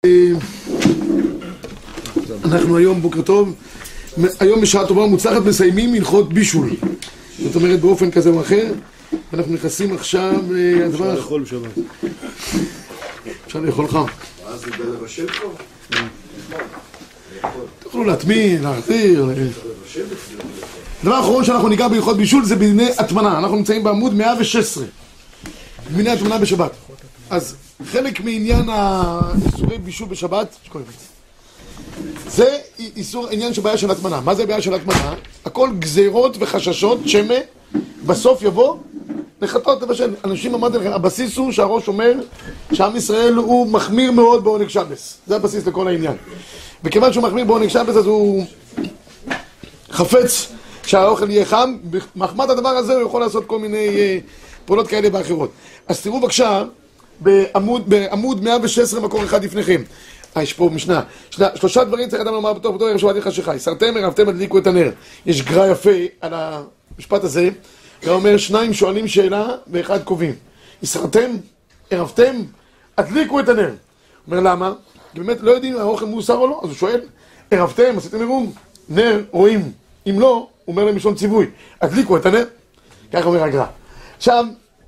אנחנו היום, בוקר טוב, היום בשעה טובה ומוצלחת מסיימים הלכות בישול. זאת אומרת באופן כזה או אחר, ואנחנו נכנסים עכשיו אפשר לאכול בשבת. אפשר לאכול לך. אז זה לבשל פה? תוכלו להטמין, להחזיר. הדבר האחרון שאנחנו ניגע בהלכות בישול זה בענייני הטמנה. אנחנו נמצאים בעמוד 116 בענייני הטמנה בשבת. אז חלק מעניין האיסורי בישול בשבת זה איסור עניין של בעיה של הטמנה. מה זה בעיה של הטמנה? הכל גזירות וחששות שמה בסוף יבוא לחטות לבשל. אנשים אמרתי לכם, הבסיס הוא שהראש אומר שעם ישראל הוא מחמיר מאוד בעונג שבס. זה הבסיס לכל העניין. וכיוון שהוא מחמיר בעונג שבס אז הוא חפץ שהאוכל יהיה חם. במחמת הדבר הזה הוא יכול לעשות כל מיני פעולות כאלה ואחרות. אז תראו בבקשה בעמוד 116 מקור אחד לפניכם. יש פה משנה. שלושה דברים צריך אדם לומר בתור ערב שבת חשיכה. יסרתם, ערבתם, הדליקו את הנר. יש גרא יפה על המשפט הזה. הוא אומר, שניים שואלים שאלה ואחד קובעים. יסרתם, ערבתם, הדליקו את הנר. הוא אומר למה? כי באמת לא יודעים האוכל מוסר או לא. אז הוא שואל, ערבתם, עשיתם עירום? נר רואים. אם לא, הוא אומר להם משון ציווי. הדליקו את הנר. ככה אומר הגרא. עכשיו,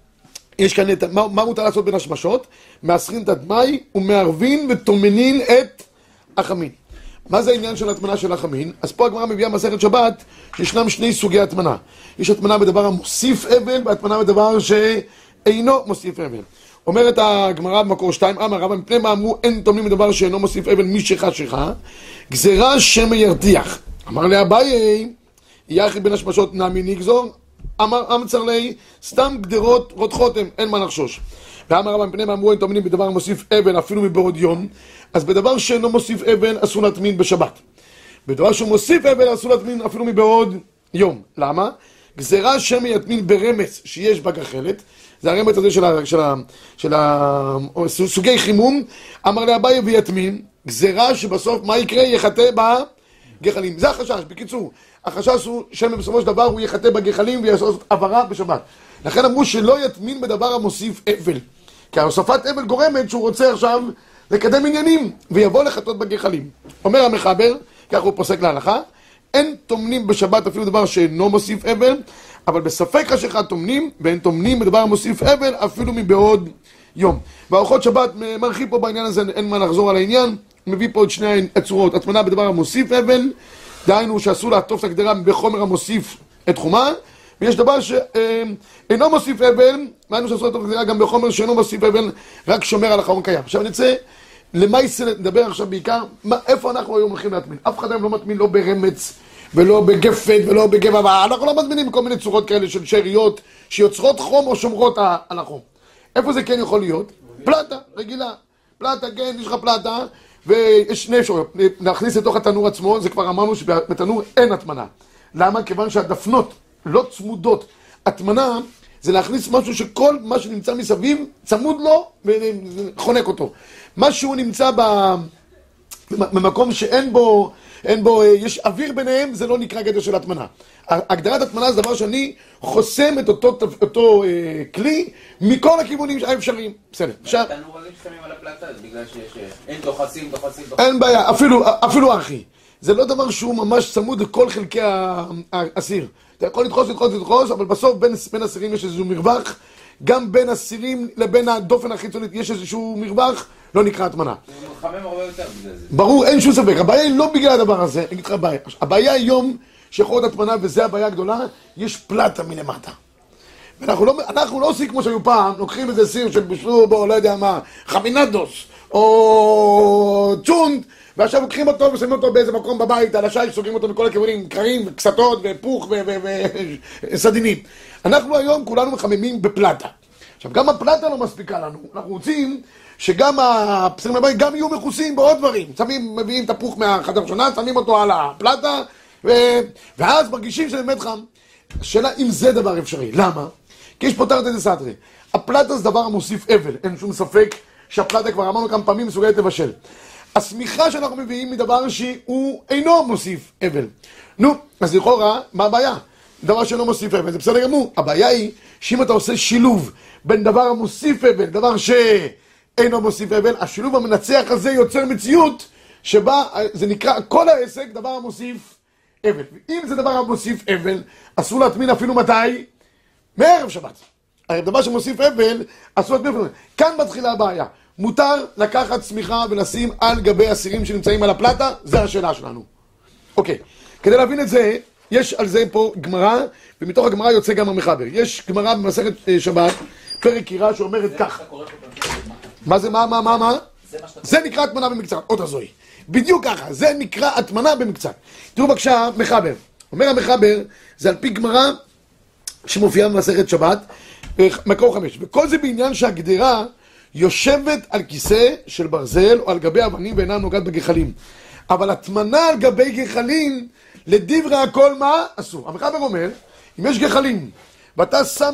יש כאן את, מה מותר לעשות בין השמשות? מאסרין את הדמאי ומערבין וטומנין את החמין. מה זה העניין של הטמנה של החמין? אז פה הגמרא מביאה מסכת שבת שישנם שני סוגי הטמנה. יש הטמנה בדבר המוסיף אבל והטמנה בדבר שאינו מוסיף אבל. אומרת הגמרא במקור 2, אמר רבא מפני מה אמרו אין טומנים בדבר שאינו מוסיף אבל מי שכה גזירה שמא ירתיח. אמר לאביי יחי בין השמשות נמי נגזור. אמר אמצר לי, סתם גדרות רותחות הם, אין מה לחשוש. ואמר רבא מפני מה אמרו אין טומנים בדבר המוסיף אבל אפילו מבעוד יום. אז בדבר שאינו מוסיף אבל אסור להטמין בשבת. בדבר שהוא מוסיף אבל אסור להטמין אפילו מבעוד יום. למה? גזירה שמא יטמין ברמץ שיש בה גחלת. זה הרמץ הזה של סוגי חימום. אמר לאביי ויטמין. גזירה שבסוף מה יקרה? יחטא בגחלים. זה החשש. בקיצור, החשש הוא שמא בסופו של דבר הוא יחטא בגחלים ויעשות עברה בשבת. לכן אמרו שלא יטמין בדבר המוסיף אבל. כי ההוספת אבל גורמת שהוא רוצה עכשיו לקדם עניינים ויבוא לחטות בגחלים. אומר המחבר, כך הוא פוסק להלכה, אין טומנים בשבת אפילו דבר שאינו מוסיף אבל, אבל בספק חשיכה טומנים, ואין טומנים בדבר המוסיף אבל אפילו מבעוד יום. והאורחות שבת מרחיב פה בעניין הזה, אין מה לחזור על העניין, מביא פה את שני הצורות, הטמנה בדבר המוסיף אבל, דהיינו שאסור לעטוף את הגדרה בחומר המוסיף את חומה, ויש דבר שאינו מוסיף אבל, דהיינו שאסור לעטוף את הגדרה גם בחומר שאינו מוסיף אבל, רק שומר על החומר קיים. עכשיו נצא למעשה נדבר עכשיו בעיקר, איפה אנחנו היום הולכים להטמין? אף אחד היום לא מטמין לא ברמץ, ולא בגפת, ולא בגבע, אנחנו לא מטמינים בכל מיני צורות כאלה של שאריות, שיוצרות חום או שומרות על החום. איפה זה כן יכול להיות? פלטה, רגילה. פלטה, כן, יש לך פלטה, ויש שני אפשרויות. להכניס לתוך התנור עצמו, זה כבר אמרנו שבתנור אין הטמנה. למה? כיוון שהדפנות לא צמודות. הטמנה זה להכניס משהו שכל מה שנמצא מסביב צמוד לו וחונק אותו. מה שהוא נמצא במקום שאין בו, יש אוויר ביניהם, זה לא נקרא גדר של הטמנה. הגדרת הטמנה זה דבר שאני חוסם את אותו כלי מכל הכיוונים האפשריים. בסדר. והתנור הזה ששמים על הפלטה, זה בגלל שאין דוחסים. אין בעיה, אפילו אחי. זה לא דבר שהוא ממש צמוד לכל חלקי האסיר. אתה יכול לדחוס, אבל בסוף בין הסירים יש איזשהו מרווח, גם בין הסירים לבין הדופן החיצונית יש איזשהו מרווח, לא נקרא הטמנה. זה מתחמם הרבה יותר בגלל זה. ברור, אין שום ספק. הבעיה היא לא בגלל הדבר הזה, אני אגיד לך הבעיה. הבעיה היום שיכול להיות הטמנה, וזה הבעיה הגדולה, יש פלטה מלמטה. אנחנו לא עושים כמו שהיו פעם, לוקחים איזה סיר שבשלו בו, לא יודע מה, חמינדוס, או צ'ונט, ועכשיו לוקחים אותו ושמים אותו באיזה מקום בבית, על השי, סוגרים אותו מכל הכיוונים, קרים, קסטות ופוך וסדינים. אנחנו היום כולנו מחממים בפלטה. עכשיו, גם הפלטה לא מספיקה לנו. אנחנו רוצים שגם הפסירים בבית גם יהיו מכוסים בעוד דברים. מביאים תפוך מהחדר שונה, שמים אותו על הפלטה, ואז מרגישים שזה באמת חם. השאלה אם זה דבר אפשרי. למה? כי יש פה תחת איזה סתרי. הפלטה זה דבר המוסיף אבל. אין שום ספק שהפלטה כבר אמרנו כמה פעמים מסוגלת לבשל. הסמיכה שאנחנו מביאים מדבר שהוא אינו מוסיף אבל. נו, אז לכאורה, מה הבעיה? דבר שאינו מוסיף אבל, זה בסדר גמור. הבעיה היא שאם אתה עושה שילוב בין דבר המוסיף אבל, דבר אינו מוסיף אבל. השילוב המנצח הזה יוצר מציאות שבה זה נקרא כל העסק דבר המוסיף אבל. ואם זה דבר המוסיף אבל, אסור להטמין אפילו מתי? מערב שבת. הרי דבר שמוסיף אבל, אסור להטמין אפילו. כאן מתחילה הבעיה. מותר לקחת צמיחה ולשים על גבי הסירים שנמצאים על הפלטה? זה השאלה שלנו. אוקיי. כדי להבין את זה, יש על זה פה גמרא, ומתוך הגמרא יוצא גם המחבר. יש גמרא במסכת שבת, פרק קירה שאומרת כך. מה זה, מה? זה נקרא הטמנה במקצת. עוד הזוי. בדיוק ככה, זה נקרא הטמנה במקצת. תראו בבקשה, מחבר. אומר המחבר, זה על פי גמרא שמופיעה במסכת שבת, מקור 5. וכל זה בעניין שהגדרה יושבת על כיסא של ברזל או על גבי אבנים ואינה נוגעת בגחלים. אבל הטמנה על גבי גחלים, לדברי הכל מה? אסור. המחבר אומר, אם יש גחלים, ואתה שם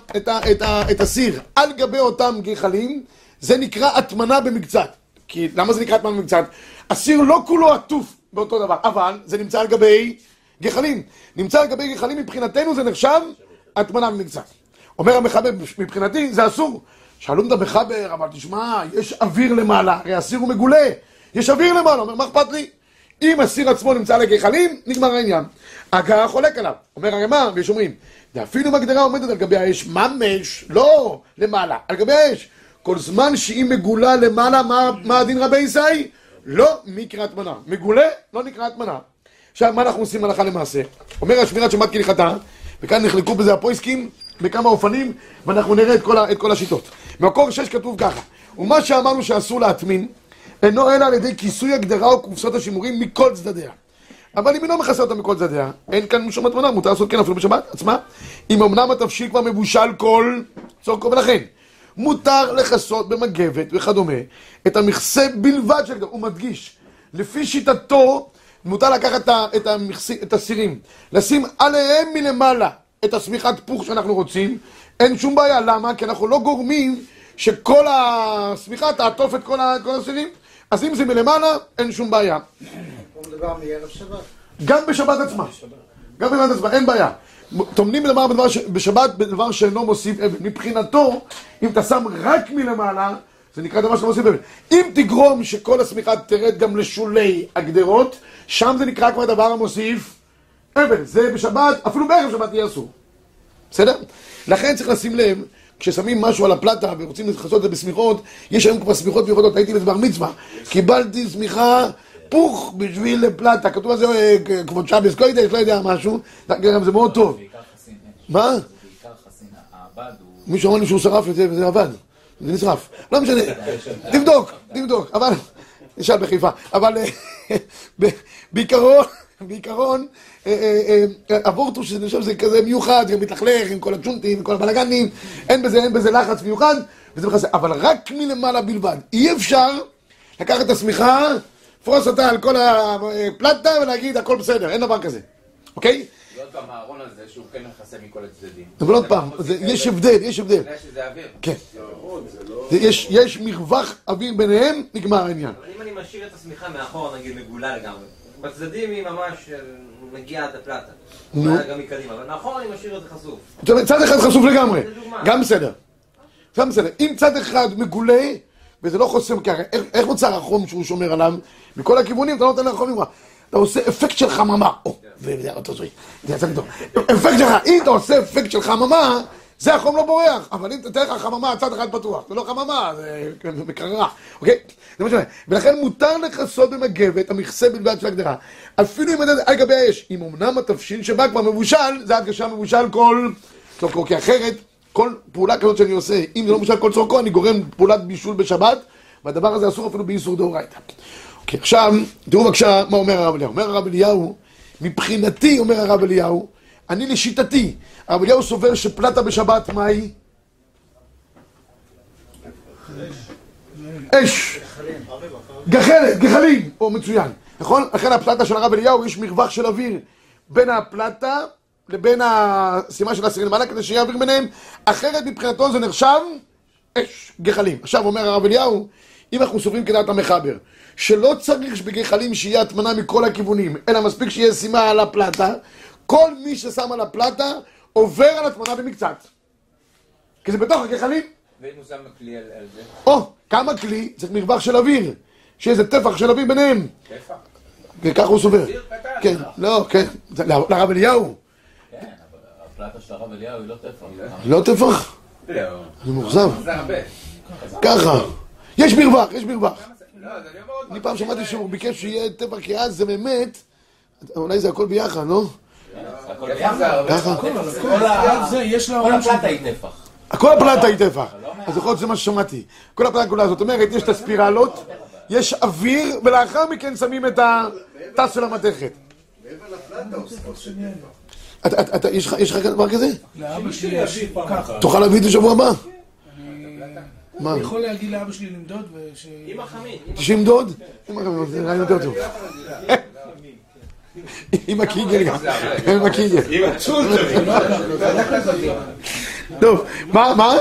את הסיר על גבי אותם גחלים, זה נקרא הטמנה במקצת. כי למה זה נקרא הטמנה במקצת? הסיר לא כולו עטוף באותו דבר, אבל זה נמצא על גבי גחלים. נמצא על גבי גחלים, מבחינתנו זה נחשב הטמנה במקצת. אומר המחבר, מבחינתי זה אסור. שאלו את המחבר, אבל תשמע, יש אוויר למעלה, הרי הסיר הוא מגולה, יש אוויר למעלה. אומר, מה אכפת לי? אם הסיר עצמו נמצא על הגחלים, נגמר העניין. הגר"א חולק עליו. אומר הרמ"א, ויש אומרים, ואפילו אם הגדרה עומדת על גבי האש, ממש, לא למעלה, על גבי האש. כל זמן שהיא מגולה למעלה, מה הדין רבי ישראל? לא נקרא הטמנה. מגולה, לא נקרא הטמנה. עכשיו, מה אנחנו עושים הלכה למעשה? אומר השמירת שבת כהלכתה, וכאן נחלקו בזה הפויסקים בכמה אופנים, ואנחנו נראה את כל השיטות. במקור 6 כתוב ככה, ומה שאמרנו שאסור להטמין, אינו אלא על ידי כיסוי הגדרה או קופסות השימורים מכל צדדיה. אבל אם אינו מכסה אותה מכל צדדיה, אין כאן שום הטמנה, מותר לעשות כן אפילו בשבת עצמה. אם אמנם התבשיל כבר מבושל כל צורכו, ולכן מותר לכסות במגבת וכדומה את המכסה בלבד של הגדרה. הוא מדגיש, לפי שיטתו מותר לקחת את הסירים, לשים עליהם מלמעלה את הסמיכת פוך שאנחנו רוצים, אין שום בעיה. למה? כי אנחנו לא גורמים שכל הסמיכה תעטוף את כל הסירים. אז אם זה מלמעלה, אין שום בעיה. הוא מדבר מערב שבת. גם בשבת עצמה. גם בשבת עצמה, אין בעיה. טומנים לדבר בשבת בדבר שאינו מוסיף אבל. מבחינתו, אם אתה שם רק מלמעלה, זה נקרא דבר שאתה מוסיף אבל. אם תגרום שכל הסמיכה תרד גם לשולי הגדרות, שם זה נקרא כבר דבר המוסיף אבל. זה בשבת, אפילו בערב שבת יהיה אסור. בסדר? לכן צריך לשים לב, כששמים משהו על הפלטה ורוצים לחסות את זה בסמיכות, יש היום כבר סמיכות מיוחדות. הייתי בבר מצווה, קיבלתי סמיכה פוך בשביל פלטה, כתוב על זה כבוד שבס קוידש, לא יודע משהו, זה מאוד טוב. מה? מישהו אמר לי שהוא שרף את זה וזה עבד, זה נשרף, לא משנה, תבדוק, אבל, נשאל בחיפה, אבל בעיקרון, אבורטו שזה נחשב זה כזה מיוחד, זה מתלכלך עם כל הצ'ונטים, עם כל הבלגנים, אין בזה לחץ מיוחד, וזה מכסה, אבל רק מלמעלה בלבד. אי אפשר לקחת את הסמיכה, פרוס אותה על כל הפלטה ולהגיד הכל בסדר, אין דבר כזה, אוקיי? ועוד פעם, הארון הזה שהוא כן מכסה מכל הצדדים. אבל עוד פעם, יש הבדל. אתה יודע שזה אוויר? כן. יש מרווח אוויר ביניהם, נגמר העניין. אבל אם אני משאיר את הסמיכה מאחור, נגיד מגולה לגמרי, בצדדים היא ממש מגיעה עד הפלטה. גם מקדימה, אבל מאחור אני משאיר את זה חשוף. צד אחד חשוף לגמרי, גם בסדר. אם צד אחד מגולה, וזה לא חוסם ככה, איך נוצר החום שהוא שומר עליו? מכל הכיוונים אתה לא נותן לחום למראה. אתה עושה אפקט של חממה. וזה אותו זוי. זה יצא טוב. אפקט שלך, אם אתה עושה אפקט של חממה, זה החום לא בורח. אבל אם תתן לך חממה, צד אחד פתוח. זה לא חממה, זה מקררה. אוקיי? זה מה שאני אומר. ולכן מותר לכסות במגבת המכסה בלבד של הגדרה. אפילו אם על גבי האש. אם אמנם התבשיל שבא כבר מבושל, זה עד כשם מבושל כל צורכו. כי אחרת, כל פעולה כזאת שאני עושה, אם זה לא מבושל כל צורכו, אני גורם פעולת בישול בשבת, והדבר הזה אסור אפילו באיסור דאורייתא. אוקיי, עכשיו, תראו בבקשה מה אומר הרב אליהו. אומר הרב אליהו, מבחינתי, אומר הרב אליהו, אני לשיטתי, הרב אליהו סובר שפלטה בשבת, מה היא? אש. גחלים, או מצוין. נכון? לכן הפלטה של הרב אליהו, יש מרווח של אוויר בין הפלטה לבין הסימה של הסירים למעלה, כדי שיהיה אוויר ביניהם. אחרת מבחינתו זה נחשב אש, גחלים. עכשיו אומר הרב אליהו, אם אנחנו סוברים כדעת המחבר, שלא צריך שבגחלים שיהיה הטמנה מכל הכיוונים, אלא מספיק שיהיה סימה על הפלטה, כל מי ששם על הפלטה עובר על הטמנה במקצת. כי זה בתוך הגחלים. ואם הוא שם כלי על זה? כמה כלי? צריך מרווח של אוויר. שיהיה איזה טפח של אוויר ביניהם. טפח? וככה הוא סובר. סיר קטן. כן, לא, כן. לרב אליהו. כן, אבל הפלטה של הרב אליהו היא לא טפח. לא טפח? לא. אני מאוכזב. זה הרבה. ככה. יש מרווח, יש מרווח. לא, אז אני אומר עוד אני פעם שמעתי שהוא ביקש שיהיה טפח, כי אז זה באמת, אולי זה הכל ביחד, לא? טפח זה הרבה. ככה. כל הפלטה היא טפח. כל הפלטה היא טפח. אז יכול להיות שזה מה ששמעתי. כל הפלטה כולה, זאת אומרת, יש את הספירלות, יש אוויר, ולאחר מכן שמים את הטס של המתכת. מעבר לפלטה עושים יש לך דבר כזה? לאבא שלי יש ככה. תוכל להביא את זה שבוע הבא? מה? אני יכול להגיד לאבא שלי למדוד עם החמין. 90 דוד? זה רעיון יותר טוב. עם הקיגל גם. עם הקיגל. עם הצ'ולטר. טוב, מה?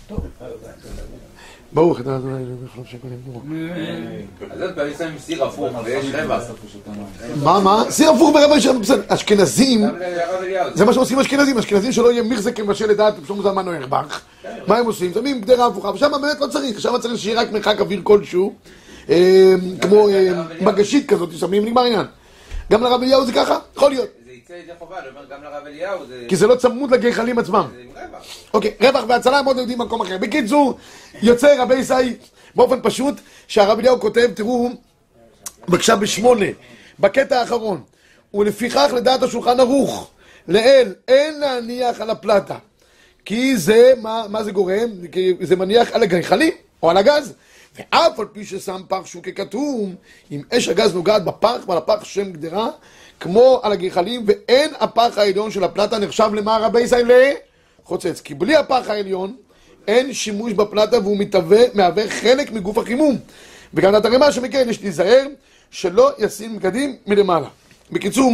ברוך, אתה אולי יכול שקולים ברוך. אז עוד פעם שמים סיר הפוך ויש רווח. מה? סיר הפוך ברבע שם, בסדר. אשכנזים, גם לרב אליהו. זה מה שעושים אשכנזים. אשכנזים שלא יהיה מיכזק מבשל לדעת, פשוט זה מה ירבח. מה הם עושים? שמים גדרה הפוכה, ושם באמת לא צריך. שם צריך שיהיה רק מרחק אוויר כלשהו, כמו מגשית כזאת, שמים, נגמר העניין. גם לרב אליהו זה ככה? יכול להיות. זה יצא ידי חובה, אני אומר גם לרב אליהו זה... כי זה לא צמוד לגחלים עצמם. זה עם רווח. אוקיי, רווח והצלה הם עוד יודעים במקום אחר. בקיצור, יוצא רבי ישי באופן פשוט, שהרב אליהו כותב, תראו, בבקשה ב8, בקטע האחרון, ולפיכך לדעת השולחן ערוך, לאל, אין להניח על הפלטה. כי זה, מה זה גורם? כי זה מניח על הגחלים, או על הגז. ואף על פי ששם פח שהוא ככתום, אם אש הגז נוגעת בפח, ועל הפח שם גדרה, כמו על הגחלים, ואין הפח העליון של הפלטה נחשב למה רבי ישי לחוצץ. כי בלי הפח העליון, אין שימוש בפלטה והוא מהווה חלק מגוף החימום. וגם את הרמה שמכן יש להיזהר שלא ישים בגדים מלמעלה. בקיצור,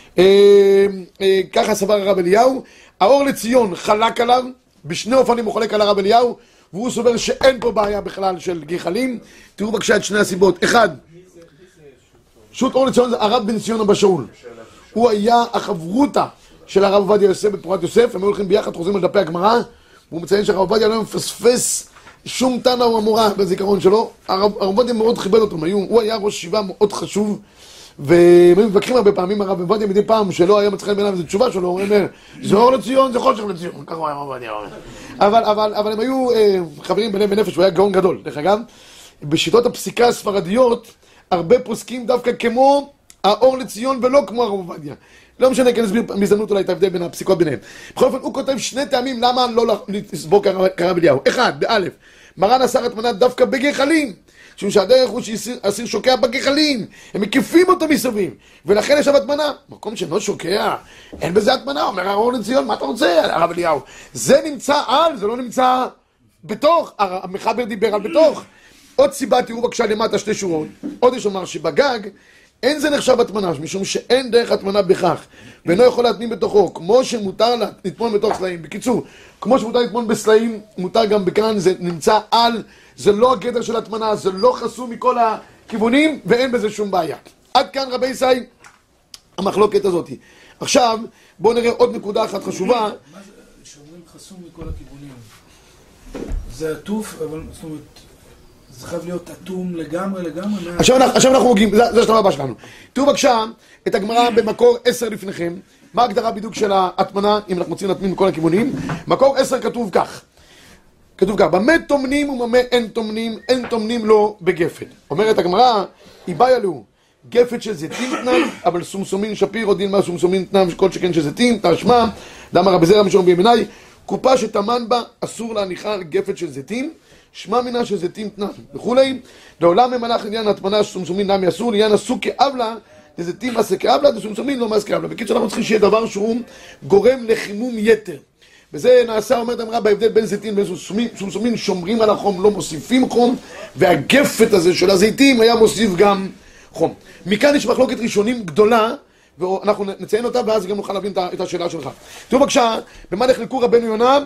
ככה סבר הרב אליהו, האור לציון חלק עליו, בשני אופנים הוא חולק על הרב אליהו, והוא סובר שאין פה בעיה בכלל של גחלים. תראו בבקשה את שני הסיבות. אחד, שו"ת אור לציון זה הרב בן ציון אבא שאול. הוא היה החברותה של הרב עובדיה יוסף בתורת יוסף, הם היו הולכים ביחד, חוזרים על דפי הגמרא, והוא מציין שהרב עובדיה לא מפספס שום תנא או אמורה בזיכרון שלו. הרב עובדיה מאוד כיבד אותו, הוא היה ראש ישיבה מאוד חשוב, והם מבקרים הרבה פעמים הרב עובדיה מדי פעם שלא היה מצליח בעיניו, זו תשובה שלו, הוא אומר, זה אור לציון, זה חושך לציון, ככה הוא היה הרב עובדיה אומר. אבל הם היו חברים ביניהם בנפש, הוא היה גאון גדול. דרך אגב, בשיטות הפסיקה הספרדיות, הרבה פוסקים דווקא כמו האור לציון ולא כמו הרב עובדיה. לא משנה, כן נסביר מזדמנות אולי את ההבדל בין הפסיקות ביניהם. בכל אופן, הוא כותב שני טעמים למה לא לסבור כרב אליהו. אחד, באלף, מרן אסר הטמנה דווקא בגחלים, משום שהדרך הוא שאסיר שוקע בגחלים, הם מקיפים אותו מסביב, ולכן יש שם הטמנה. מקום שלא שוקע, אין בזה הטמנה, אומר האור לציון, מה אתה רוצה, הרב אליהו? זה נמצא על, זה לא נמצא בתוך, המחבר דיבר על בתוך. עוד סיבה, תראו בבקשה למטה שתי שורות, עוד יש לומר שבגג, אין זה נחשב הטמנה, משום שאין דרך הטמנה בכך, ואינו יכול להטמין בתוכו, כמו שמותר לטמון בתוך סלעים. בקיצור, כמו שמותר לטמון בסלעים, מותר גם בכאן, זה נמצא על, זה לא הגדר של הטמנה, זה לא חסום מכל הכיוונים, ואין בזה שום בעיה. עד כאן רבי ישי, המחלוקת הזאת. עכשיו, בואו נראה עוד נקודה אחת חשובה. מה זה שאומרים חסום מכל הכיוונים? זה עטוף, אבל זאת אומרת, זה חייב להיות אטום לגמרי. עכשיו אנחנו מגיעים, זה השלב הבא שלנו. תראו בבקשה את הגמרא במקור 10 לפניכם. מה ההגדרה בדיוק של ההטמנה, אם אנחנו רוצים להטמין מכל הכיוונים? מקור 10 כתוב כך. במה טומנים ובמה אין טומנים, אין טומנים לא בגפת. אומרת הגמרא, איבאי לו, גפת של זיתים תנם, אבל סומסומין שפיר או דין מה סומסומין תנם, כל שכן של זיתים, תשמע, דאמר רבי זרע משום בימיני, קופה שטמן בה אסור להניחה על גפת של זיתים, שמע מינה של זיתים תנם וכולי. לעולם ממלך עניין הטמנה סומסומין נמי אסור, לעניין עשו כאבלה, דזיתים עשה כאבלה, דסומסומין לא מעשה כאבלה. בקיצור אנחנו צריכים שיהיה דבר שהוא גורם לחימום יתר. וזה נעשה, אומרת אמרה, בהבדל בין זיתים ובין סומסומין, שומרים על החום, לא מוסיפים חום, והגפת הזה של הזיתים היה מוסיף גם חום. מכאן יש מחלוקת ראשונים גדולה, ואנחנו נציין אותה, ואז גם נוכל להבין את השאלה שלך. תראו בבקשה, במה נחלקו רבנו יונה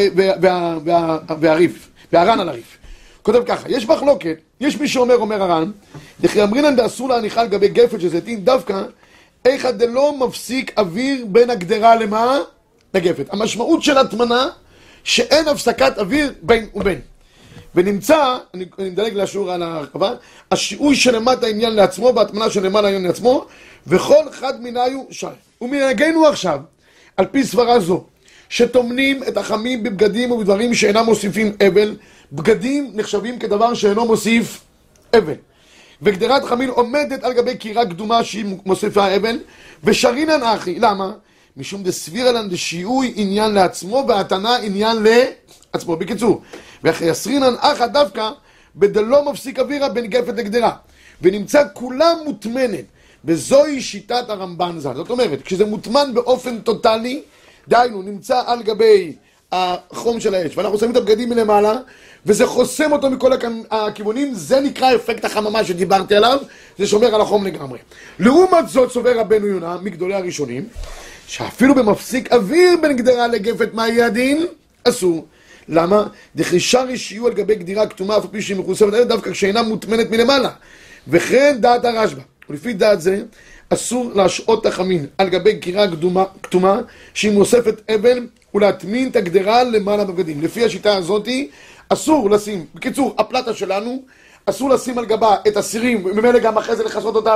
והר"ן על הריף. כותב ככה, יש מחלוקת, יש מי שאומר, אומר הר"ן, דכי אמרינן דאסור להניחה לגבי גפת של זיתים, דווקא, איכא דלא מפסיק אוויר בין הגדרה למה? לגפת. המשמעות של הטמנה, שאין הפסקת אוויר בין ובין. ונמצא, אני מדלג לשיעור על ההרחבה, השיעוי שלמטה עניין לעצמו, והטמנה שלמעלה עניין לעצמו, וכל אחד מנהיו שי. ומנהגנו עכשיו, על פי סברה זו, שטומנים את החמים בבגדים ובדברים שאינם מוסיפים אבל, בגדים נחשבים כדבר שאינו מוסיף אבל. וגדרת חמין עומדת על גבי קירה קדומה שהיא מוסיפה אבל, ושרינן אחי, למה? משום דסבירה לן דשיעוי עניין לעצמו, והתנה עניין לעצמו. בקיצור, ויסרינן אחא דווקא בדלא מפסיק אווירה בין גפת לגדרה, ונמצא כולה מוטמנת, וזוהי שיטת הרמב"ן ז"ל. זאת אומרת, כשזה מוטמן באופן טוטלי, דהיינו, נמצא על גבי החום של האש, ואנחנו שמים את הבגדים מלמעלה, וזה חוסם אותו מכל הכיוונים, זה נקרא אפקט החממה שדיברתי עליו, זה שומר על החום לגמרי. לעומת זאת, סובר רבנו יונה, מגדולי הראשונים, שאפילו במפסיק אוויר בין גדרה לגפת מה יהיה הדין? אסור. למה? דחישרי שיהיו על גבי גדירה כתומה, אף פי שהיא מחוסמת האש, דווקא כשאינה מוטמנת מלמעלה. וכן דעת הרשב"א. ולפי דעת זה, אסור להשעות החמין על גבי קירה כתומה, שהיא מוספת אבל, ולהטמין את הגדרה למעלה בבגדים. לפי השיטה הזאת, אסור לשים, בקיצור, הפלטה שלנו, אסור לשים על גבה את הסירים, וממילא גם אחרי זה לחסות אותה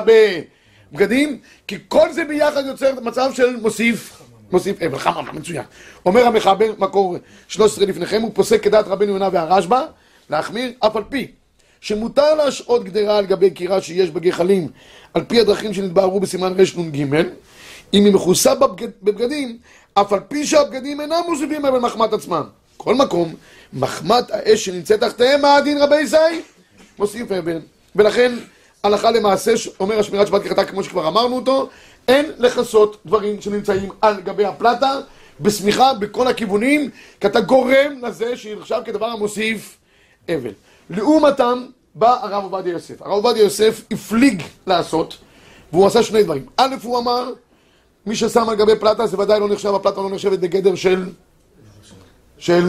בבגדים, כי כל זה ביחד יוצר מצב של מוסיף אבל, חממה, מצוין. אומר המחבר, מקור 13 לפניכם, הוא פוסק כדעת רבנו יונה והרשב"א, להחמיר אף על פי שמותר להשעות גדרה על גבי קירה שיש בגחלים, על פי הדרכים שנתבהרו בסימן רנ"ג, אם היא מכוסה בבגדים, אף על פי שהבגדים אינם מוסיפים אבל מחמת עצמם. כל מקום, מחמת האש שנמצאת תחתיהם, מה הדין רבי ישראל? מוסיף אבל. ולכן, הלכה למעשה, אומר השמירת שבת כחטא, כמו שכבר אמרנו אותו, אין לחסות דברים שנמצאים על גבי הפלטה, בסמיכה בכל הכיוונים, כי אתה גורם לזה שיחשב כדבר המוסיף אבל. לעומתם, בא הרב עובדיה יוסף. הרב עובדיה יוסף הפליג לעשות, והוא עשה שני דברים. א', הוא אמר, מי ששם על גבי פלטה, זה ודאי לא נחשב, הפלטה לא נחשבת בגדר של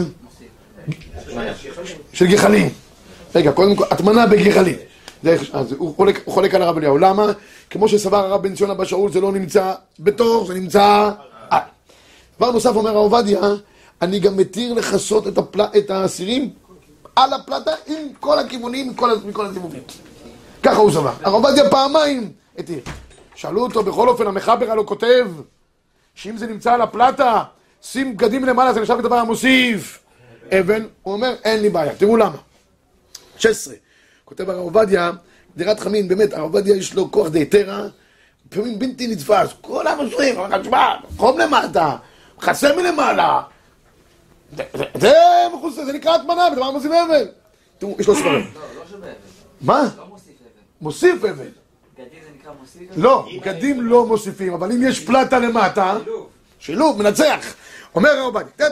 גחלים. רגע, קודם כל, הטמנה בגחלים. אז הוא חולק על הרב אליהו. למה? כמו שסבר הרב בן ציון אבא שאול, זה לא נמצא בתור, זה נמצא על. דבר נוסף אומר הרב עובדיה, אני גם מתיר לחסות את האסירים על הפלטה עם כל הכיוונים, מכל הסיבובים. ככה הוא סבר. הרב עובדיה פעמיים התיר. שאלו אותו, בכל אופן, המחבר הלא כותב, שאם זה נמצא על הפלטה, שים בגדים למעלה, זה נחשב כדבר המוסיף אבל. הוא אומר, אין לי בעיה. תראו למה. 16. כותב הרב עובדיה, גדרת חמין, באמת, הרב עובדיה יש לו כוח דהיתרא, לפעמים בלתי נתפס, כל המוסרים, חום למטה, חסה מלמעלה. זה מחוסה, זה נקרא הטמנה, בדבר מוסיף אבל. תראו, יש לו ספרים. לא שווה אבל. מה? לא מוסיף אבל. מוסיף אבל. בגדים זה נקרא מוסיף? לא, בגדים לא מוסיפים, אבל אם יש פלטה למטה, שילוב, מנצח. אומר הרב עובדיה,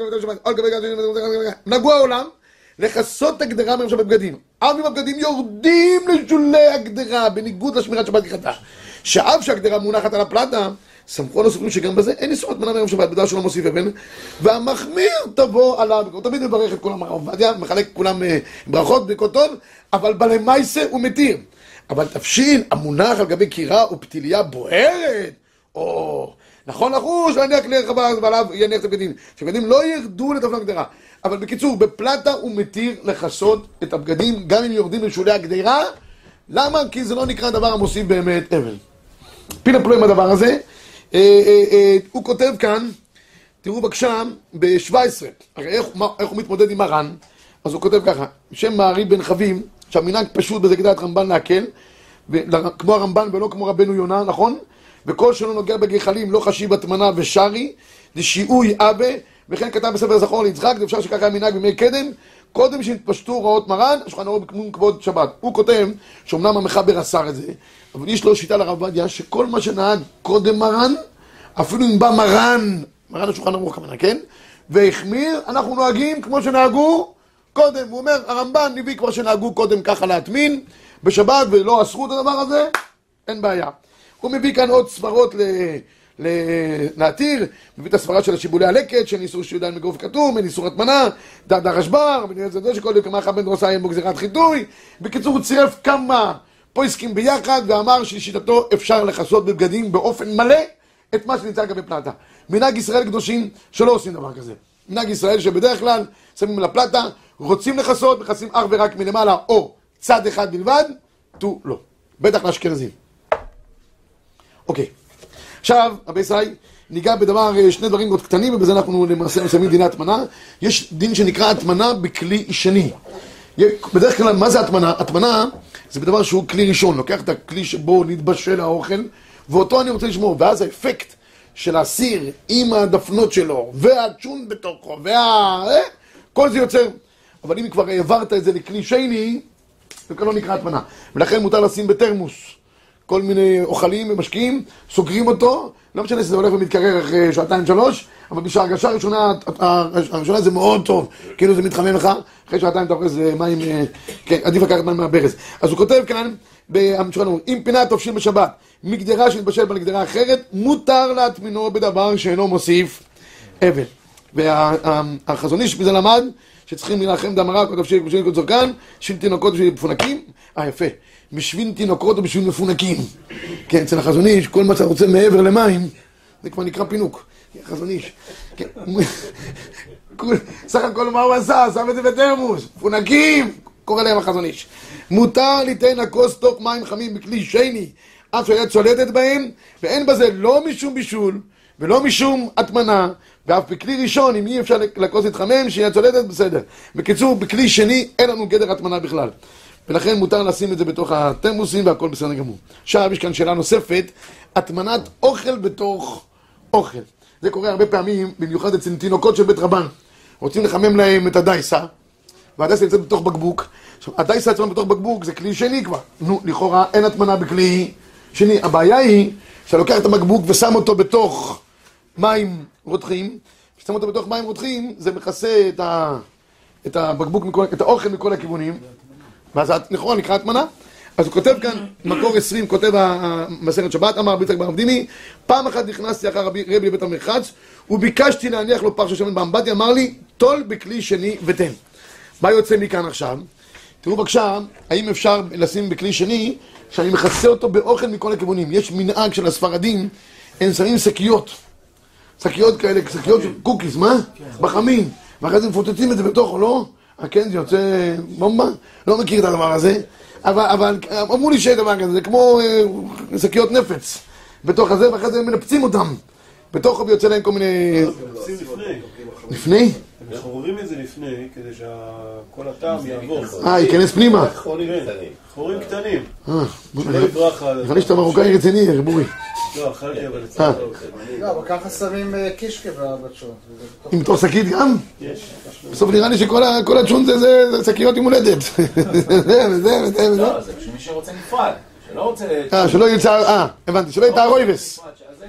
נגוע העולם לחסות את הגדרה מרשם בבגדים. אף אם הבגדים יורדים לשולי הגדרה, בניגוד לשמירת שבת כחטא. שאף שהגדרה מונחת על הפלטה, סמכו הסופרים שגם בזה אין איסור הטמנה מרשם שבת, בדבר שלא מוסיף אבל, והמחמיר תבוא עליו. הוא תמיד מברך את כולם הרב עובדיה, מחלק כולם ברכות, ברכות טוב, אבל בלמייסה הוא מתיר. אבל תבשיל המונח על גבי קירה או פתיליה בוערת, או נכון לחוש, להניח לרחבה ועליו יניח את הבגדים, שבגדים לא ירדו לתפלה גדרה. אבל בקיצור, בפלטה הוא מתיר לחסות את הבגדים, גם אם יורדים לשולי הגדרה. למה? כי זה לא נקרא דבר המוסיף באמת אבל. פינה פלו עם הדבר הזה. הוא כותב כאן, תראו בבקשה, ב-17, הרי איך הוא מתמודד עם מרן, אז הוא כותב ככה, שם מערי בן חבים, שהמנהג פשוט בזה כדעת רמב"ן להקל, כמו הרמב"ן ולא כמו רבנו יונה, נכון? וכל שלא נוגע בגחלים לא חשיב הטמנה ושרי, זה שיעוי אבא, וכן כתב בספר זכור ליצחק, זה אפשר שככה המנהג בימי קדם, קודם שהתפשטו הוראות מרן, השולחן ערוך בכמון כבוד שבת. הוא כותב שאומנם המחבר אסר את זה, אבל יש לו שיטה לרב עובדיה שכל מה שנהג קודם מרן, אפילו אם בא מרן השולחן ערוך כמובן, כן? והחמיר, אנחנו נוהגים כמו שנהגו קודם. הוא אומר, הרמב"ן הביא כבר שנהגו קודם ככה להטמין בשבת ולא אסרו את הדבר הזה, אין בעיה. הוא מביא כאן עוד סברות להתיר, מביא את הסברה של השיבולי הלקט, של איסור שיודן מגרוף כתום, אין איסור הטמנה, דעת הרשב"ר, ונראה זה שכל יום כמה בן דרוסה אין בו גזירת חיטוי. בקיצור, הוא צירף כמה פויסקים ביחד, ואמר ששיטתו אפשר לחסות בבגדים באופן מלא את מה שנמצא לגבי פלטה. מנהג ישראל קדושים שלא עושים דבר כזה. מנהג ישראל שבדרך כלל שמים על הפלטה, רוצים לכסות, מכסים אך ורק מלמעלה, או צד אחד בלבד, תו לא. בטח לאשכנזים. אוקיי. עכשיו, רבי ישראל, ניגע בדבר, שני דברים מאוד קטנים, ובזה אנחנו למעשה מסיימים דיני הטמנה. יש דין שנקרא הטמנה בכלי שני. בדרך כלל, מה זה הטמנה? הטמנה זה בדבר שהוא כלי ראשון. לוקח את הכלי שבו נתבשל האוכל, ואותו אני רוצה לשמור. ואז האפקט של הסיר עם הדפנות שלו, והצ'ון בתוכו, כל זה יוצר. אבל אם כבר העברת את זה לכלי שני, זה כבר לא נקרא הטמנה. ולכן מותר לשים בתרמוס כל מיני אוכלים ומשקיעים, סוגרים אותו, לא משנה שזה הולך ומתקרר אחרי שעתיים-שלוש, אבל בשהרגשה הראשונה זה מאוד טוב, כאילו זה מתחמם לך, אחרי שעתיים אתה אוכלס מים, כן, עדיף לקחת מים מהברז. אז הוא כותב כאן, אם פינה תופשים בשבת, מגדרה שהתבשל בגדרה אחרת, מותר להטמינו בדבר שאינו מוסיף אבל. והחזון איש בזה למד, שצריכים להילחם דמרה, כל תופשים בשביל כל צורכן, בשביל תינוקות ובשביל מפונקים, יפה. בשביל תינוקות או בשביל מפונקים. כן, אצל החזון איש, כל מה שאתה רוצה מעבר למים, זה כבר נקרא פינוק. חזון איש. סך הכל מה הוא עשה? שם את זה בתרמוס. מפונקים! קורא להם החזון איש. מותר ליתן הכוס תוך מים חמים בכלי שני, אף שהיה צולדת בהם, ואין בזה לא משום בישול, ולא משום הטמנה, ואף בכלי ראשון, אם אי אפשר לכוס להתחמם, שיהיה צולדת, בסדר. בקיצור, בכלי שני, אין לנו גדר הטמנה בכלל. ולכן מותר לשים את זה בתוך התרמוסים והכל בסדר גמור. עכשיו יש כאן שאלה נוספת, הטמנת אוכל בתוך אוכל. זה קורה הרבה פעמים, במיוחד אצל תינוקות של בית רבן. רוצים לחמם להם את הדייסה, והדייסה נמצאת בתוך בקבוק. עכשיו, הדייסה עצמה בתוך בקבוק זה כלי שני כבר. נו, לכאורה אין הטמנה בכלי שני. הבעיה היא שאתה לוקח את הבקבוק ושם אותו בתוך מים רותחים, כששם אותו בתוך מים רותחים, זה מכסה את הבקבוק, את האוכל מכל הכיוונים. ואז נכון, נקרא הטמנה. אז הוא כותב כאן, מקור 20, כותב המסכת שבת, אמר רבי יצחק בר אבדימי, פעם אחת נכנסתי אחר רבי לבית המרחץ, וביקשתי להניח לו פח של שמן באמבטיה, אמר לי, טול בכלי שני ותן. מה יוצא מכאן עכשיו? תראו בבקשה, האם אפשר לשים בכלי שני, שאני מכסה אותו באוכל מכל הכיוונים. יש מנהג של הספרדים, הם שמים שקיות. שקיות כאלה, שקיות של קוקיס, מה? בחמים. ואחרי זה מפוצצים את זה בתוך, לא? כן, זה יוצא בומבה, לא מכיר את הדבר הזה, אבל אמרו לי שדבר כזה, זה כמו שקיות נפץ בתוך הזה, ואחרי זה הם מנפצים אותם בתוך ויוצא להם כל מיני... מנפצים לפני. לפני? הם חוררים את זה לפני, כדי שכל הטעם יעבור. ייכנס פנימה. חורים קטנים. שלא יברח על... נראה לי שאתה מרוקאי רציני, רבורי. לא, אכלתי אבל אצלנו. לא, אבל ככה שמים קישקה בצ'ון. עם תוך שקית גם? יש. בסוף נראה לי שכל הצ'ון זה שקיות עם הולדת. לא, זה בשביל מי שרוצה נפרד. שלא רוצה... שלא יצא... הבנתי, שלא יצא רויבס.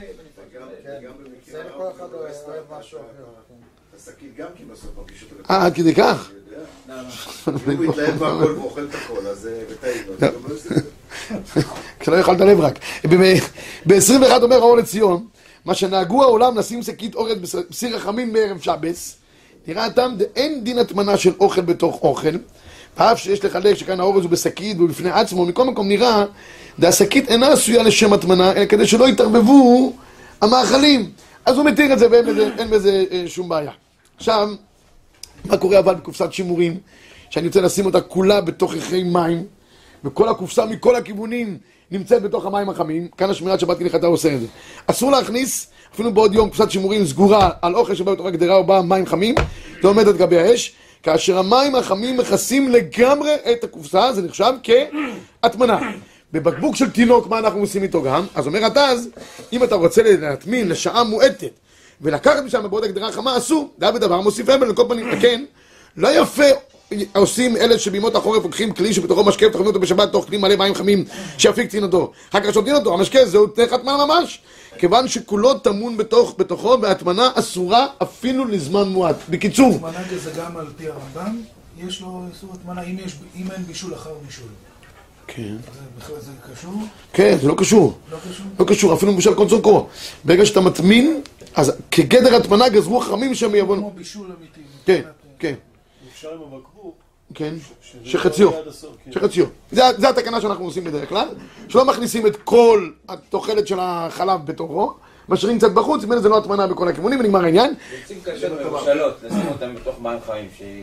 זה לכל אחד אוהב משהו אחר. השקית גם כי בסוף מרגיש אותו... עד כדי כך? אם הוא יתלהב מהכל ואוכל את הכל, אז בתאים, אז גם לא עושה את זה. כשלא יאכל את הלב רק. ב-21 אומר האור לציון, מה שנהגו העולם לשים שקית אורז בסיר רחמים בערב שבס, נראה הטעם אין דין הטמנה של אוכל בתוך אוכל, ואף שיש לחלק שכאן האורז הוא בשקית והוא לפני עצמו, מכל מקום נראה, השקית אינה עשויה לשם הטמנה, אלא כדי שלא יתערבבו המאכלים. אז הוא מתיר את זה ואין בזה שום בעיה. עכשיו, מה קורה אבל בקופסת שימורים, שאני רוצה לשים אותה כולה בתוך אחרי מים, וכל הקופסה מכל הכיוונים נמצאת בתוך המים החמים, כאן השמירת שבת כהלכתה עושה את זה. אסור להכניס, אפילו בעוד יום קופסת שימורים סגורה על אוכל שבא בתוך הגדרה או בא מים חמים, זה עומד על גבי האש, כאשר המים החמים מכסים לגמרי את הקופסה, זה נחשב כהטמנה. בבקבוק של תינוק, מה אנחנו עושים איתו גם? אז אומר התז, אם אתה רוצה להטמין לשעה מועטת, ולקחת משם בעוד הגדרה חמה, אסור, זה בדבר מוסיף אבל לכל פנים, כן, לא יפה עושים אלה שבימות החורף לוקחים כלי שבתוכו משקה ותכנים אותו בשבת תוך כלי מלא מים חמים שיפיק טעינתו. אחר כך שותים אותו, המשקה זהו תך הטמנה ממש, כיוון שכולו טמון בתוכו והטמנה אסורה אפילו לזמן מועט. בקיצור, הטמנה זה גם על פי הרמב"ם, יש לו איסור הטמנה אם אין בישול אחר בישול. כן. זה קשור? כן, זה לא קשור. לא קשור, אפילו בשל קונצונקו. ברגע שאתה מטמין, אז כגדר הטמנה גזרו חכמים שהם יבואו. כמו בישול אמיתי. כן, כן. אפשר עם הבקבוק. כן, שחציו. שחציו. זה התקנה שאנחנו עושים בדרך כלל. שלא מכניסים את כל התוחלת של החלב בתוכו, משאירים קצת בחוץ, אם זה לא הטמנה בכל הכיוונים, ונגמר העניין. יוצאים קשות מבושלות, לשים אותם בתוך מים חיים,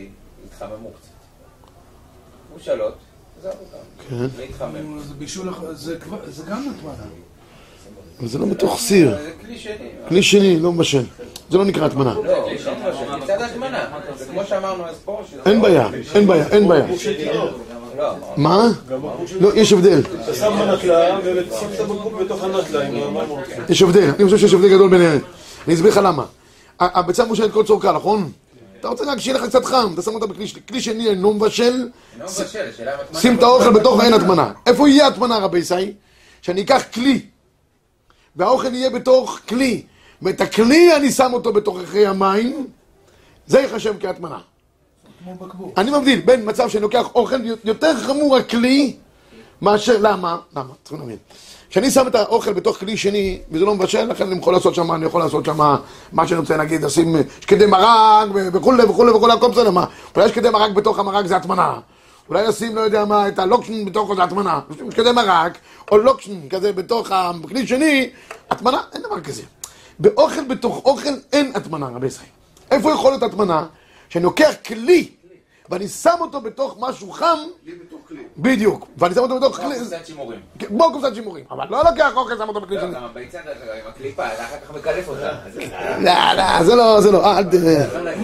התחממו קצת. מושלות, זהו גם. להתחמם. זה בישול, זה גם הטמנה. אבל זה לא בתוך סיר. זה כלי שני. כלי שני, לא מבשל. זה לא נקרא הטמנה. לא, כלי שני מבשל. מצד הטמנה. זה כמו שאמרנו אז פה. אין בעיה, אין בעיה, אין בעיה. מה? לא, יש הבדל. אתה שם בנטלה ושם את הבקבוק בתוך הנטלה. יש הבדל, אני חושב שיש הבדל גדול ביניהם. אני אסביר לך למה. הביצה מבושלת כל צורכה, נכון? אתה רוצה רק שיהיה לך קצת חם, אתה שם אותה בכלי שני אינו מבשל, שים את האוכל בתוך אין הטמנה. איפה יהיה הטמנה רבי ישי? שאני אקח כלי והאוכל יהיה בתוך כלי ואת הכלי אני שם אותו בתוך אחרי המים, זה יחשב כהטמנה. אני מבדיל בין מצב שאני לוקח אוכל יותר חמור הכלי מאשר, למה? צריכים להבין. כשאני שם את האוכל בתוך כלי שני, וזה לא מבשל, לכן אני יכול לעשות שם, מה שאני רוצה להגיד, לשים שקדי מרק וכולי וכולי וכולי, הכל בסדר, מה? אולי יש שקדי מרק בתוך המרק זה הטמנה. אולי לשים, לא יודע מה, את הלוקשן בתוך זה הטמנה. שקדי מרק, או לוקשן כזה בתוך הכלי שני, הטמנה, אין דבר כזה. באוכל בתוך אוכל אין הטמנה, רבי ישי. איפה יכול להיות הטמנה? שאני לוקח כלי, ואני שם אותו בתוך משהו חם, בדיוק, ואני שם אותו בתוך כלי, כמו קופסת שימורים, אבל לא לוקח אוכל, שם אותו בכלי שני. גם הביצה עם הקליפה, אתה אחר כך מקלף אותה. לא, זה לא, אל תראה.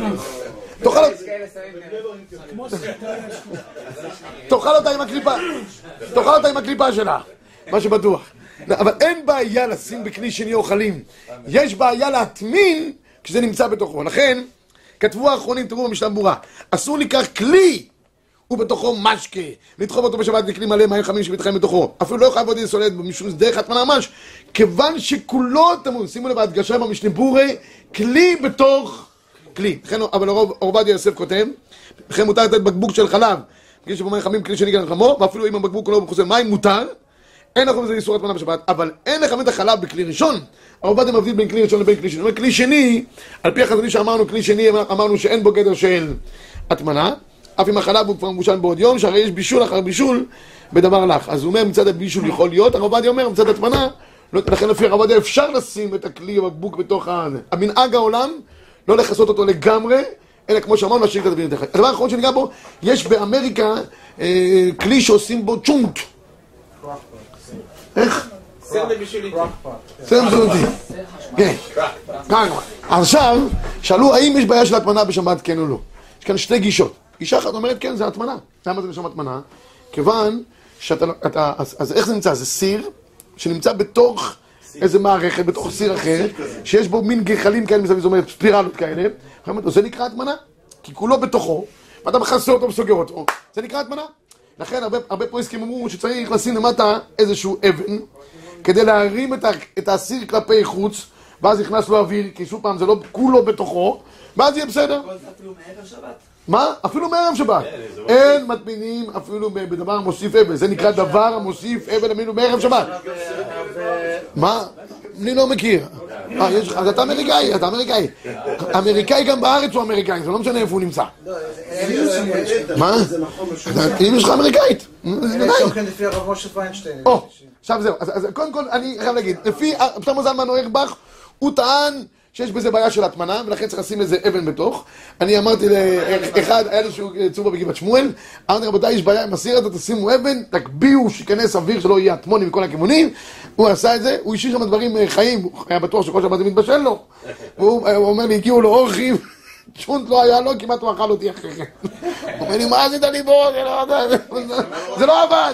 תאכל אותה עם הקליפה שלה, מה שבטוח. אבל אין בעיה לשים בכלי שני אוכלים, יש בעיה להטמין כשזה נמצא בתוכו. לכן כתבו האחרונים, תראו במשנה ברורה, אסור לקח כלי ובתוכו משקה, לדחוב אותו בשבת בכלי מלא מים חמים שמתחיים בתוכו, אפילו לא חייב עוד יסולד משום דרך הטמנה ממש, כיוון שכולו, שימו לב ההדגשה במשנה ברורה, כלי בתוך כלי. לכן, אבל עובדיה יוסף כותב, לכן מותר לתת בקבוק של חלב, בגלל שבמים חמים כלי שני גם חמו, ואפילו אם הבקבוק לא מחוסל מים, מותר, אין לכם איזה איסור הטמנה בשבת, אבל אין לכם את החלב בכלי ראשון. עובדיה מבדיל בין כלי ראשון לבין כלי שני. כלי שני, על פי החזוני שאמרנו, כלי שני, אמרנו שאין בו גדר של הטמנה, אף אם החלב הוא כבר מבושל בעוד יום, שהרי יש בישול אחר בישול בדבר לך. אז הוא אומר, מצד הבישול יכול להיות, הרב עובדיה אומר, מצד הטמנה, לכן לפי הרב עובדיה אפשר לשים את הכלי הבקבוק בתוך המנהג העולם, לא לחסות אותו לגמרי, אלא כמו שאמרנו, להשאיר את הדבר. הדבר האחרון שניגע בו, יש באמריקה כלי שעושים בו צ'ונט. איך? סרדה בישוליתי. סרדה בישוליתי. כן. עכשיו, שאלו האם יש בעיה של הטמנה בשבת כן או לא. יש כאן שתי גישות. גישה אחת אומרת כן, זה הטמנה. למה זה בשבת הטמנה? כיוון שאתה, אז איך זה נמצא? זה סיר שנמצא בתוך איזה מערכת, בתוך סיר אחר, שיש בו מין גחלים כאלה, זאת אומרת, ספירלות כאלה. זה נקרא הטמנה, כי כולו בתוכו, ואתה מכסה אותו וסוגר אותו. זה נקרא הטמנה. לכן הרבה פויסקים אמרו שצריך לשים למטה איזשהו אבן, כדי להרים את הסיר כלפי חוץ, ואז נכנס לו אוויר, כי שוב פעם זה לא כולו בתוכו, ואז יהיה בסדר. אפילו מערב שבת? מה? אפילו מערב שבת. אין מטמינים אפילו בדבר המוסיף אבל. זה נקרא דבר המוסיף אבל אמינו מערב שבת. מה? אני לא מכיר. אז אתה אמריקאי, אמריקאי גם בארץ הוא אמריקאי, זה לא משנה איפה הוא נמצא. מה? אם יש לך אמריקאית. לפי הרב משה פיינשטיין. עכשיו זהו, אז קודם כל אני חייב להגיד, לפי שלמה זלמן אוירבך, הוא טען שיש בזה בעיה של הטמנה, ולכן צריך לשים איזה אבן בתוך. אני אמרתי לאחד, היה לי שהוא צובה בגבעת שמואל, אמרתי רבותיי, יש בעיה עם הסיר הזה, תשימו אבן, תקביעו שיכנס אוויר שלא יהיה הטמונים מכל הכיוונים. הוא עשה את זה, הוא השאיר שם דברים חיים, הוא היה בטוח שכל שבת זה מתבשל לו. הוא אומר לי, הגיעו לו אורחים, שונט לא היה לו, כמעט הוא אכל אותי אחרי כן. הוא אומר לי, מה עשית לי בו? זה לא עבד.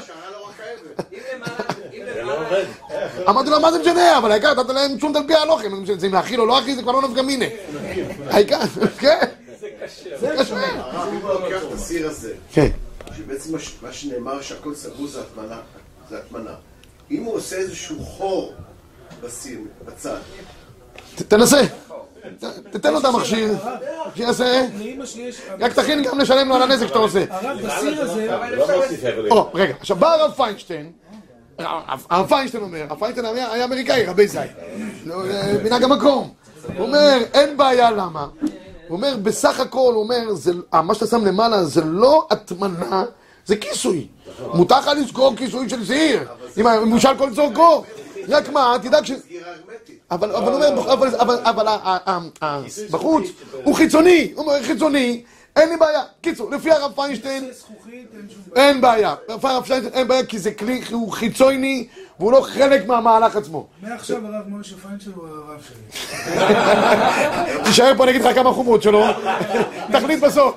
אמרתי לו, מה זה משנה? אבל העיקר, נתת להם שונט על פי ההלוכים. זה אם להכיל או לא הכיל, זה כבר לא נפגע מיני. העיקר, כן. זה קשה. הרב לוקח את הסיר הזה, שבעצם מה שנאמר שהכל סגור זה הטמנה. אם הוא עושה איזשהו חור בסיר, בצד. תנסה. תתן לו את המכשיר. שיעשה. רק תכין גם לשלם לו על הנזק שאתה עושה. הרב, בסיר הזה... רגע, עכשיו בא הרב פיינשטיין. הרב פיינשטיין אומר, הרב פיינשטיין היה אמריקאי, רבי זי. מנהג המקום. הוא אומר, אין בעיה, למה? הוא אומר, בסך הכל, הוא אומר, מה שאתה שם למעלה זה לא הטמנה, זה כיסוי. מותר לך לזכור כיסוי של סיר. אם מושל כל צורכו. רק מה, תדאג ש... אבל הוא אומר, בחוץ הוא חיצוני. הוא אומר, חיצוני, אין לי בעיה. קיצור, לפי הרב פיינשטיין, אין בעיה. לפי הרב פיינשטיין אין בעיה, כי זה כלי, הוא חיצוני, והוא לא חלק מהמהלך עצמו. מעכשיו הרב משה פיינשטיין הוא הרב שלי. תישאר פה, אני אגיד לך כמה חומרות שלו. תחליט בסוף.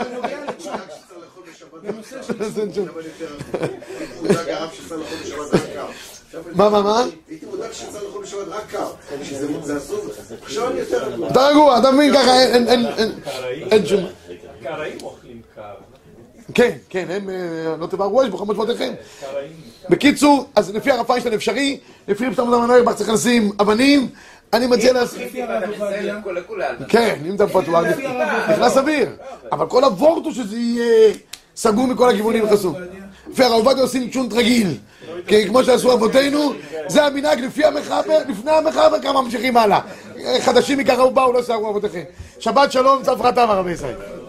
מה? הייתי מודע שצריך לאכול בשבת רק קר. זה אסור. עכשיו אני יותר... אתה רגוע, אתה מבין ככה, אין שום... קראים אוכלים קר. כן, הם לא תבערו אש בחמש שבועותיכם. בקיצור, אז לפי הרב פיינשטיין אפשרי, לפי רב שלמה אוירבך צריך לשים אבנים, אני מציע לעשות... כן, אם אתה פתוח, נכנס אוויר. אבל כל הוורט הוא שזה יהיה סגור מכל הכיוונים וחסום. לפי הרב עובדיה עושים צ'ונט רגיל. כי כמו שעשו אבותינו, זה המנהג לפי המחבר, לפני המחבר כמה ממשיכים הלאה. חדשים מככה ובאו, לא סגרו אבותיכם. שבת שלום, צו חתם הרבי ישראל.